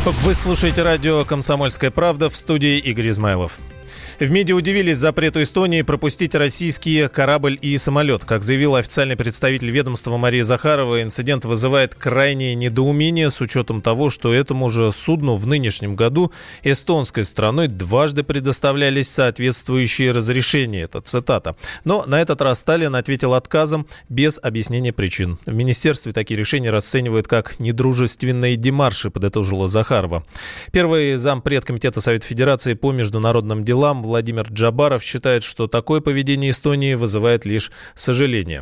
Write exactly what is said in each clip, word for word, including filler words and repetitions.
Вы слушаете радио «Комсомольская правда», в студии Игорь Измайлов. В МИДе удивились запрету Эстонии пропустить российские корабль и самолет. Как заявил официальный представитель ведомства Мария Захарова, инцидент вызывает крайнее недоумение с учетом того, что этому же судну в нынешнем году эстонской стороной дважды предоставлялись соответствующие разрешения. Это цитата. Но на этот раз Сталин ответил отказом без объяснения причин. В министерстве такие решения расценивают как недружественные демарши, подытожила Захарова. Первый зампред Комитета Совета Федерации по международным делам Владимир Джабаров считает, что такое поведение Эстонии вызывает лишь сожаление.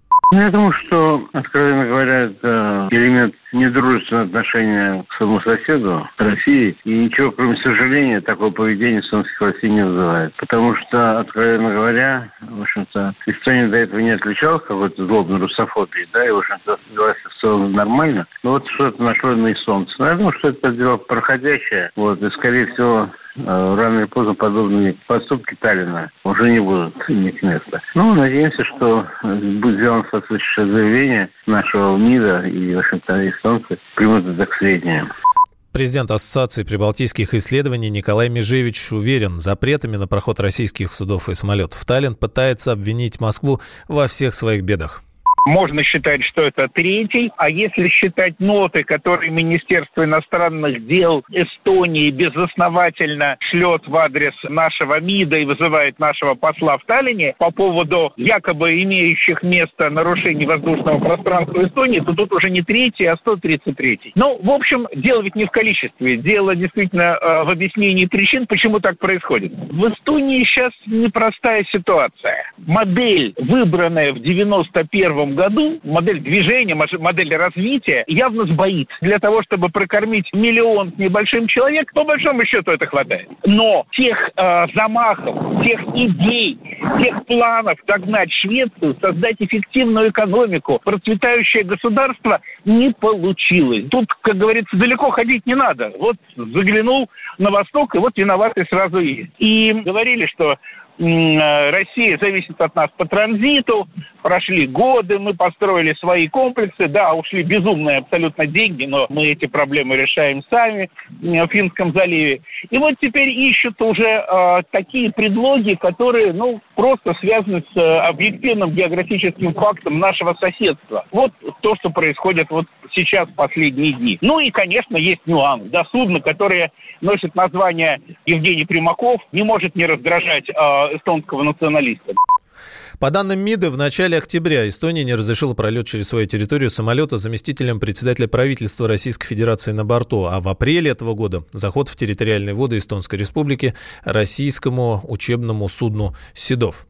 Я думаю, что, откровенно говоря, это элемент недружественного отношения к своему соседу, к России. И ничего, кроме сожаления, такого поведения эстонских властей не вызывает. Потому что, откровенно говоря, в общем-то, Эстония до этого не отличалась какой-то злобной русофобией, да, и, в общем-то, власти в целом нормально. Но вот что-то нашло на эстонцев. Но я думаю, что это дело проходящее. Вот, и, скорее всего, рано или поздно подобные поступки Таллина уже не будут иметь места. Ну, надеемся, что будет сделано соответствующее заявление нашего МИДа, и, в общем-то, эстонцы примут это к сведению. Президент Ассоциации прибалтийских исследований Николай Межевич уверен, запретами на проход российских судов и самолетов Таллин пытается обвинить Москву во всех своих бедах. Можно считать, что это третий, а если считать ноты, которые Министерство иностранных дел Эстонии безосновательно шлет в адрес нашего МИДа и вызывает нашего посла в Таллине по поводу якобы имеющих место нарушений воздушного пространства Эстонии, то тут уже не третий, а сто тридцать третий. Ну, в общем, дело ведь не в количестве, дело действительно э, в объяснении причин, почему так происходит. В Эстонии сейчас непростая ситуация. Модель, выбранная в девяносто первом году, модель движения, модель развития, явно сбоит. Для того, чтобы прокормить миллион с небольшим человек, по большому счету это хватает. Но тех э, замахов, тех идей, тех планов догнать Швецию, создать эффективную экономику, процветающее государство не получилось. Тут, как говорится, далеко ходить не надо. Вот заглянул на восток, и вот виноваты сразу есть. И говорили, что Россия зависит от нас по транзиту, прошли годы, мы построили свои комплексы, да, ушли безумные абсолютно деньги, но мы эти проблемы решаем сами в Финском заливе. И вот теперь ищут уже э, такие предлоги, которые, ну, просто связаны с э, объективным географическим фактом нашего соседства. Вот то, что происходит вот сейчас в последние дни. Ну и, конечно, есть нюанс. Да, судно, которое носит название Евгений Примаков, не может не раздражать э, эстонского националиста. По данным МИДа, в начале октября Эстония не разрешила пролет через свою территорию самолета с заместителем председателя правительства Российской Федерации на борту, а в апреле этого года заход в территориальные воды Эстонской Республики российскому учебному судну «Седов».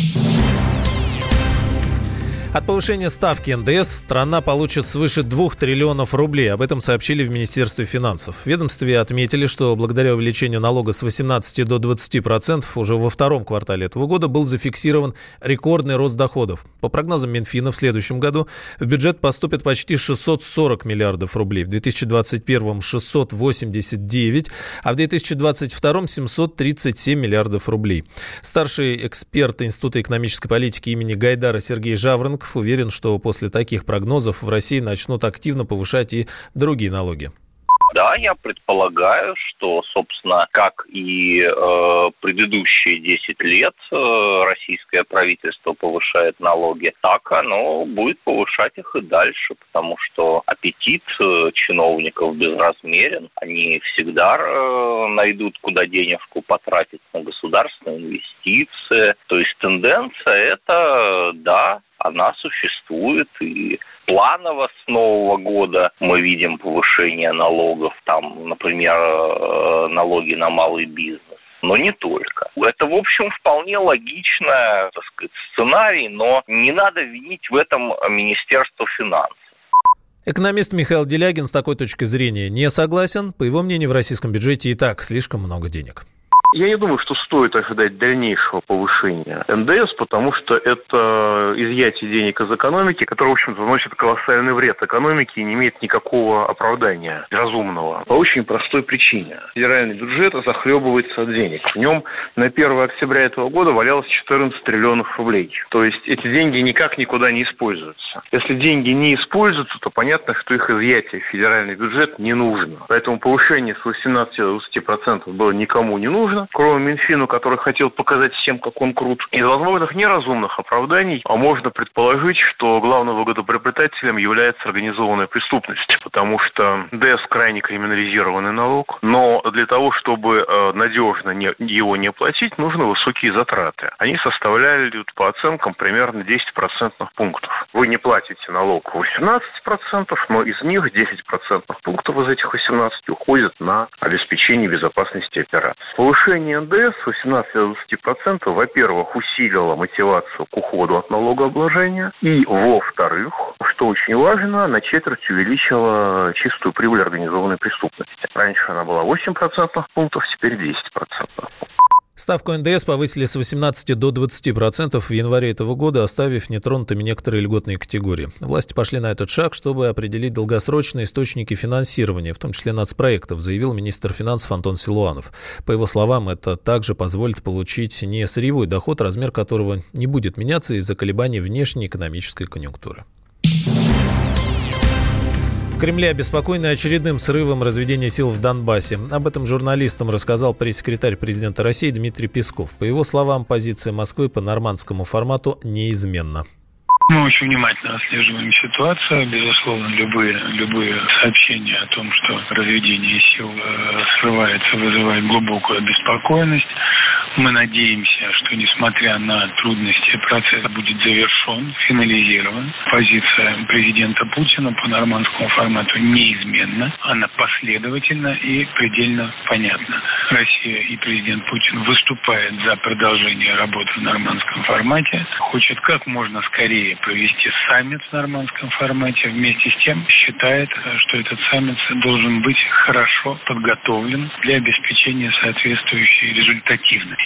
От повышения ставки эн дэ эс страна получит свыше двух триллионов рублей. Об этом сообщили в Министерстве финансов. В ведомстве отметили, что благодаря увеличению налога с восемнадцати до двадцати процентов уже во втором квартале этого года был зафиксирован рекордный рост доходов. По прогнозам Минфина, в следующем году в бюджет поступит почти шестьсот сорок миллиардов рублей. В две тысячи двадцать первом шестьсот восемьдесят девять, а в две тысячи двадцать втором семьсот тридцать семь миллиардов рублей. Старший эксперт Института экономической политики имени Гайдара Сергей Жаворонков уверен, что после таких прогнозов в России начнут активно повышать и другие налоги. Да, я предполагаю, что, собственно, как и э, предыдущие десять лет э, российское правительство повышает налоги, так оно будет повышать их и дальше, потому что аппетит э, чиновников безразмерен. Они всегда э, найдут, куда денежку потратить на государственные инвестиции. То есть тенденция это, да, она существует, и планово с Нового года мы видим повышение налогов, там, например, налоги на малый бизнес. Но не только. Это, в общем, вполне логичный, так сказать, сценарий, но не надо винить в этом Министерство финансов. Экономист Михаил Делягин с такой точкой зрения не согласен. По его мнению, в российском бюджете и так слишком много денег. Я не думаю, что стоит ожидать дальнейшего повышения эн дэ эс, потому что это изъятие денег из экономики, которое, в общем-то, наносит колоссальный вред экономике и не имеет никакого оправдания разумного. По очень простой причине. Федеральный бюджет захлебывается от денег. В нем на первое октября этого года валялось четырнадцать триллионов рублей. То есть эти деньги никак никуда не используются. Если деньги не используются, то понятно, что их изъятие в федеральный бюджет не нужно. Поэтому повышение с восемнадцати до двадцати процентов было никому не нужно, кроме Минфину, который хотел показать всем, как он крут. Из возможных неразумных оправданий а можно предположить, что главным выгодоприобретателем является организованная преступность, потому что эн дэ эс крайне криминализированный налог, но для того, чтобы э, надежно не, его не платить, нужны высокие затраты. Они составляли, по оценкам, примерно десять процентных пунктов. Вы не платите налог восемнадцать процентов, но из них десять процентных пунктов из этих восемнадцати уходят на обеспечение безопасности операций. Повышение эн дэ эс с восемнадцати до двадцати процентов, во-первых, усилило мотивацию к уходу от налогообложения, и, во-вторых, что очень важно, на четверть увеличила чистую прибыль организованной преступности. Раньше она была восемь процентных пунктов, теперь десять процентов. Ставку эн дэ эс повысили с восемнадцати до двадцати процентов в январе этого года, оставив нетронутыми некоторые льготные категории. Власти пошли на этот шаг, чтобы определить долгосрочные источники финансирования, в том числе нацпроектов, заявил министр финансов Антон Силуанов. По его словам, это также позволит получить не сырьевой доход, размер которого не будет меняться из-за колебаний внешней экономической конъюнктуры. В Кремле обеспокоены очередным срывом разведения сил в Донбассе. Об этом журналистам рассказал пресс-секретарь президента России Дмитрий Песков. По его словам, позиция Москвы по нормандскому формату неизменна. Мы очень внимательно отслеживаем ситуацию. Безусловно, любые, любые сообщения о том, что разведение сил э, срывается, вызывает глубокую обеспокоенность. Мы надеемся, что, несмотря на трудности, процесс будет завершен, финализирован. Позиция президента Путина по нормандскому формату неизменна. Она последовательна и предельно понятна. Россия и президент Путин выступает за продолжение работы в нормандском формате. Хочет как можно скорее провести саммит в нормандском формате. Вместе с тем считает, что этот саммит должен быть хорошо подготовлен для обеспечения соответствующей результативности.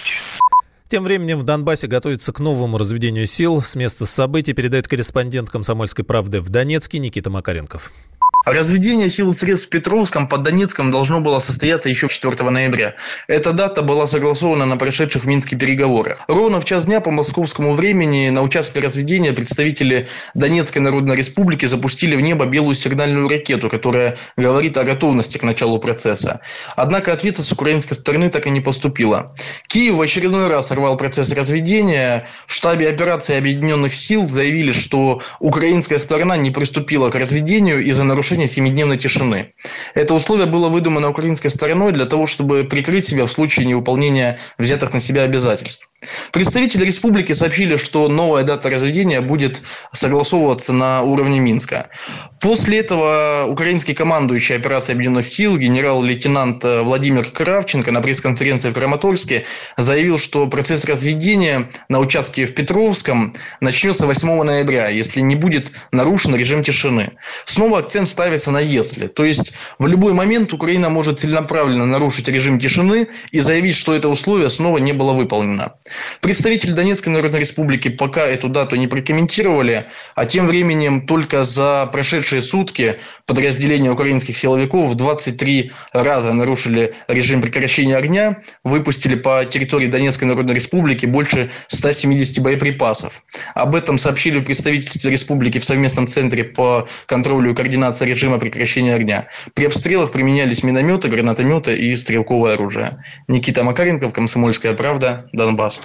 Тем временем в Донбассе готовится к новому разведению сил. С места событий передает корреспондент «Комсомольской правды» в Донецке Никита Макаренков. Разведение сил и средств в Петровском под Донецком должно было состояться еще четвёртого ноября. Эта дата была согласована на прошедших в Минске переговорах. Ровно в час дня по московскому времени на участке разведения представители Донецкой Народной Республики запустили в небо белую сигнальную ракету, которая говорит о готовности к началу процесса. Однако ответа с украинской стороны так и не поступило. Киев в очередной раз сорвал процесс разведения. В штабе операции Объединенных сил заявили, что украинская сторона не приступила к разведению из-за нарушения семидневной тишины. Это условие было выдумано украинской стороной для того, чтобы прикрыть себя в случае невыполнения взятых на себя обязательств. Представители республики сообщили, что новая дата разведения будет согласовываться на уровне Минска. После этого украинский командующий операцией Объединенных сил генерал-лейтенант Владимир Кравченко на пресс-конференции в Краматорске заявил, что процесс разведения на участке в Петровском начнется восьмого ноября, если не будет нарушен режим тишины. Снова акцент ставится на «если». То есть в любой момент Украина может целенаправленно нарушить режим тишины и заявить, что это условие снова не было выполнено. Представители Донецкой Народной Республики пока эту дату не прокомментировали, а тем временем только за прошедшие сутки подразделения украинских силовиков в двадцать три раза нарушили режим прекращения огня, выпустили по территории Донецкой Народной Республики больше ста семидесяти боеприпасов. Об этом сообщили в представительстве республики в совместном центре по контролю и координации режима прекращения огня. При обстрелах применялись минометы, гранатометы и стрелковое оружие. Никита Макаренков, «Комсомольская правда», Донбасс.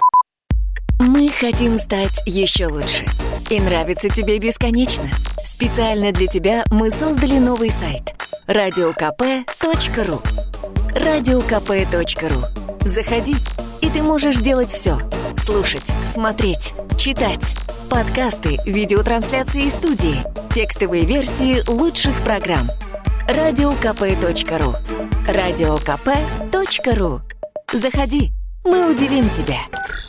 Мы хотим стать еще лучше. И нравится тебе бесконечно. Специально для тебя мы создали новый сайт радио ка пэ точка ру. радио ка пэ точка ру. Заходи, и ты можешь делать все. Слушать, смотреть, читать. Подкасты, видеотрансляции из студии, текстовые версии лучших программ. радио ка пэ точка ру. радио ка пэ точка ру. Заходи, мы удивим тебя.